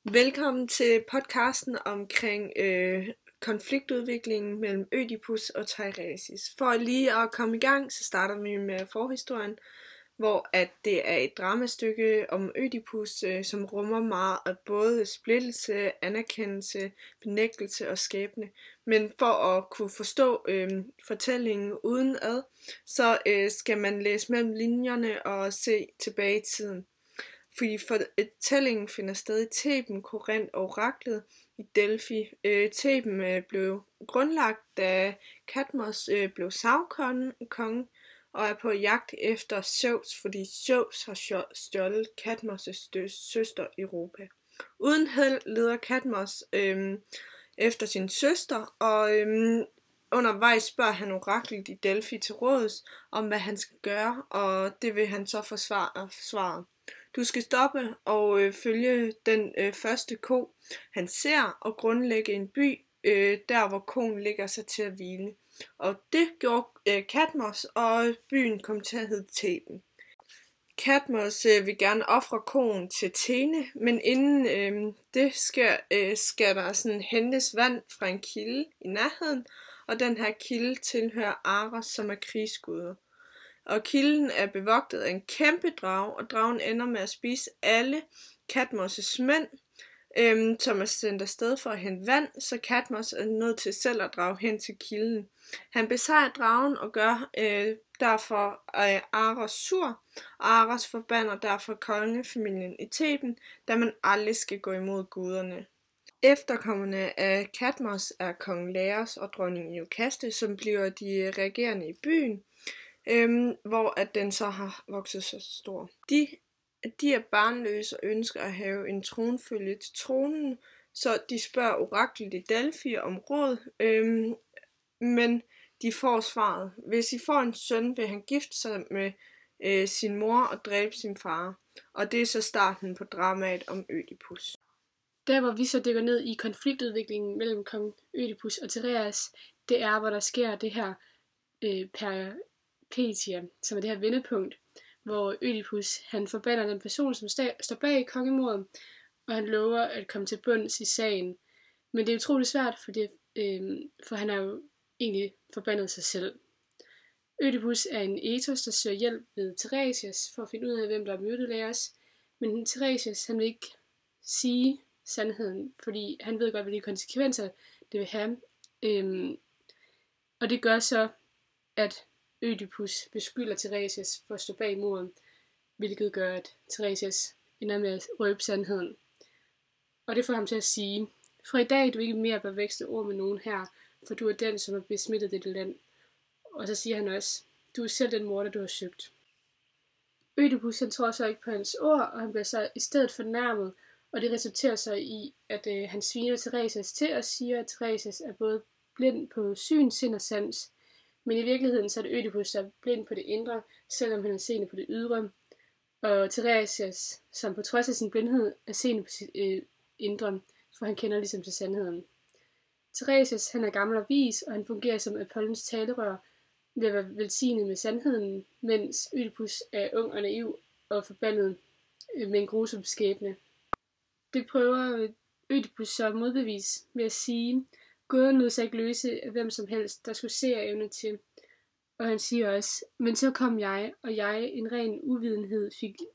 Velkommen til podcasten omkring konfliktudviklingen mellem Ødipus og Teiresias. For lige at komme i gang, så starter vi med forhistorien, hvor at det er et dramastykke om Ødipus, som rummer meget af både splittelse, anerkendelse, benægtelse og skæbne. Men for at kunne forstå fortællingen udenad, så skal man læse mellem linjerne og se tilbage i tiden. Fordi fortællingen finder sted i Theben, Korinth og oraklet i Delphi. Theben blev grundlagt, da Kadmos blev savkonge og er på jagt efter Zeus, fordi Zeus har stjålet Kadmos' søster Europa. Uden held leder Kadmos efter sin søster, og undervejs spørger han oraklet i Delphi til råds om, hvad han skal gøre, og det vil han så forsvare. Du skal stoppe og følge den første ko, han ser, og grundlægge en by, der hvor koen ligger sig til at hvile. Og det gjorde Kadmos, og byen kom til at hedde Theben. Kadmos vil gerne ofre koen til Athene, men inden det skal der sådan hentes vand fra en kilde i nærheden, og den her kilde tilhører Ares, som er krigsguder. Og kilden er bevogtet af en kæmpe drage, og dragen ender med at spise alle Kadmos' mænd, som er sendt afsted for at hente vand, så Kadmos er nødt til selv at drage hen til kilden. Han besejrer dragen og gør derfor Ares sur, og Ares forbander derfor kongefamilien i Theben, da man aldrig skal gå imod guderne. Efterkommerne af Kadmos er kong Laos og dronning Iokaste, som bliver de regerende i byen, hvor at den så har vokset så stor. De er barnløse og ønsker at have en tronfølge til tronen, så de spørger oraklet i Delphi om råd, men de får svaret. Hvis I får en søn, vil han gifte sig med sin mor og dræbe sin far. Og det er så starten på dramaet om Ødipus. Der hvor vi så dykker ned i konfliktudviklingen mellem kong Ødipus og Tereas, det er hvor der sker det her peripetia, som er det her vendepunkt, hvor Ødipus han forbander den person, som står bag kongemordet, og han lover at komme til bunds i sagen. Men det er utroligt svært, for han har jo egentlig forbandet sig selv. Ødipus er en ethos, der søger hjælp ved Teiresias for at finde ud af, hvem der er myrdelæres, men Teiresias han vil ikke sige sandheden, fordi han ved godt, hvilke konsekvenser det vil have. Og det gør så, at Ødipus beskylder Teiresias for at stå bag mordet, hvilket gør, at Teiresias ender med at røbe sandheden. Og det får ham til at sige: fra i dag du ikke mere bør vækste ord med nogen her, for du er den, som har besmittet dette land. Og så siger han også: du er selv den morder, du har søgt. Ødipus han tror så ikke på hans ord, og han bliver så i stedet fornærmet, og det resulterer så i, at han sviner Teiresias til og siger, at Teiresias er både blind på syn, sind og sans. Men i virkeligheden så er det Ødipus, der er blind på det indre, selvom han er seende på det ydre. Og Teiresias, som på trods af sin blindhed, er seende på sit indre, for han kender ligesom til sandheden. Teiresias han er gammel og vis, og han fungerer som Apollons talerør ved at være velsignet med sandheden, mens Ødipus er ung og naiv og forbandet med en grusom skæbne. Det prøver Ødipus så modbevise ved at sige: gåden lød sig ikke løse af hvem som helst, der skulle se og evne til. Og han siger også: men så kom jeg, og jeg, en ren uvidenhed,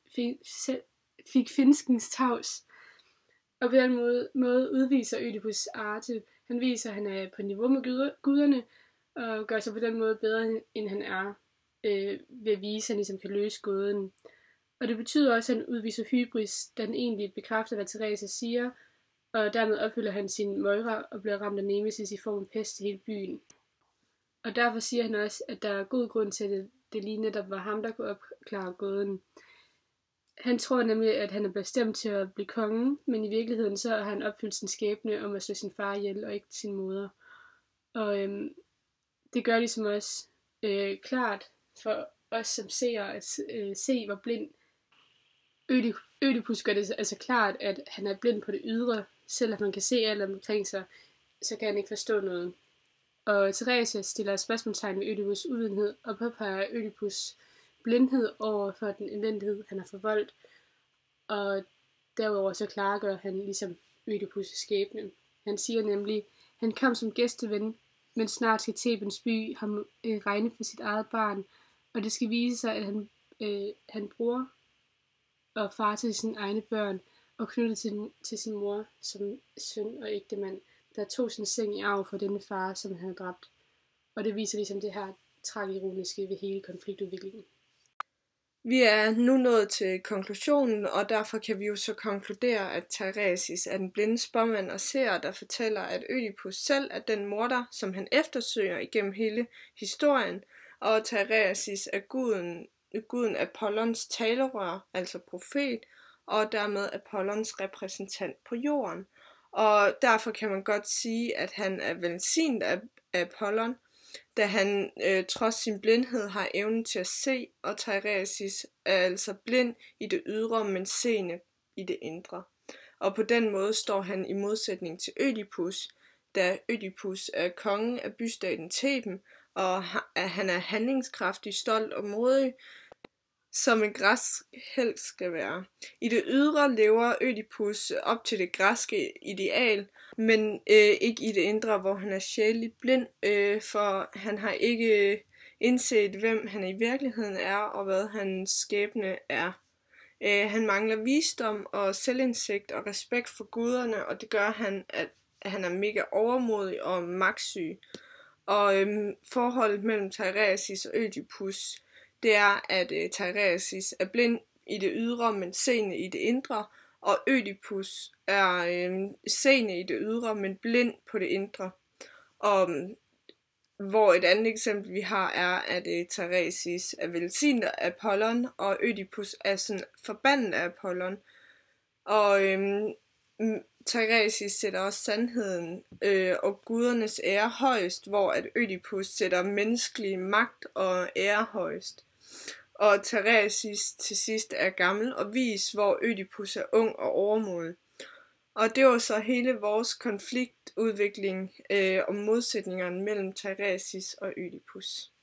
fik finskens tavs. Og på den måde udviser Ødipus arte. Han viser, at han er på niveau med guderne, og gør sig på den måde bedre, end han er, ved at vise, at han ligesom kan løse gåden. Og det betyder også, at han udviser hybris, da han egentlig bekræfter, hvad Teiresias siger, og dermed opfylder han sin møjre og bliver ramt af nemesis i form af pest i hele byen. Og derfor siger han også, at der er god grund til, at det lige netop var ham, der kunne opklare gåden. Han tror nemlig, at han er bestemt til at blive konge, men i virkeligheden så har han opfyldt sin skæbne om at slå sin far ihjel og ikke sin moder. Og det gør ligesom også klart for os som seere at se, hvor blind Ødipus gør det altså klart, at han er blind på det ydre. Selvom man kan se alt omkring sig, så kan han ikke forstå noget. Og Teiresias stiller spørgsmålstegn ved Ødipus' uvidenhed og påpeger Ødipus' blindhed over for den elendighed, han har forvoldt. Og derudover så klargør han ligesom Ødipus' skæbne. Han siger nemlig, han kom som gæsteven, men snart skal Thebens by ham regne for sit eget barn, og det skal vise sig, at han bror og far til sine egne børn, og knyttet til sin mor som søn og ægtemand, der tog sin seng i arv for denne far, som han havde dræbt. Og det viser ligesom det her tragironiske ved hele konfliktudviklingen. Vi er nu nået til konklusionen, og derfor kan vi jo så konkludere, at Teiresias er den blinde spåmand og seer, der fortæller, at Ødipus selv er den morder, som han eftersøger igennem hele historien, og Teiresias er guden Apollons talerør, altså profet, og dermed Apollons repræsentant på jorden. Og derfor kan man godt sige, at han er velsignet af Apollon, da han trods sin blindhed har evnen til at se, og Teiresias er altså blind i det ydre, men seende i det indre. Og på den måde står han i modsætning til Ødipus, da Ødipus er kongen af bystaten Theben, og han er handlingskraftig, stolt og modig, som en græsk helt skal være. I det ydre lever Ødipus op til det græske ideal, men ikke i det indre, hvor han er sjæleligt blind, for han har ikke indset, hvem han i virkeligheden er, og hvad hans skæbne er. Han mangler visdom og selvindsigt og respekt for guderne, og det gør han, at han er mega overmodig og magtsyg. Og forholdet mellem Teiresias og Ødipus, det er, at Teiresias er blind i det ydre, men seende i det indre, og Ødipus er seende i det ydre, men blind på det indre. Og hvor et andet eksempel vi har er, at Teiresias er velsignet af Apollon, og Ødipus er sådan forbandet af Apollon. Og Teiresias sætter også sandheden og gudernes ære højst, hvor at Ødipus sætter menneskelig magt og ære højst. Og Teiresias til sidst er gammel og vis, hvor Ødipus er ung og overmodig. Og det var så hele vores konfliktudvikling om modsætningerne mellem Teiresias og Ødipus.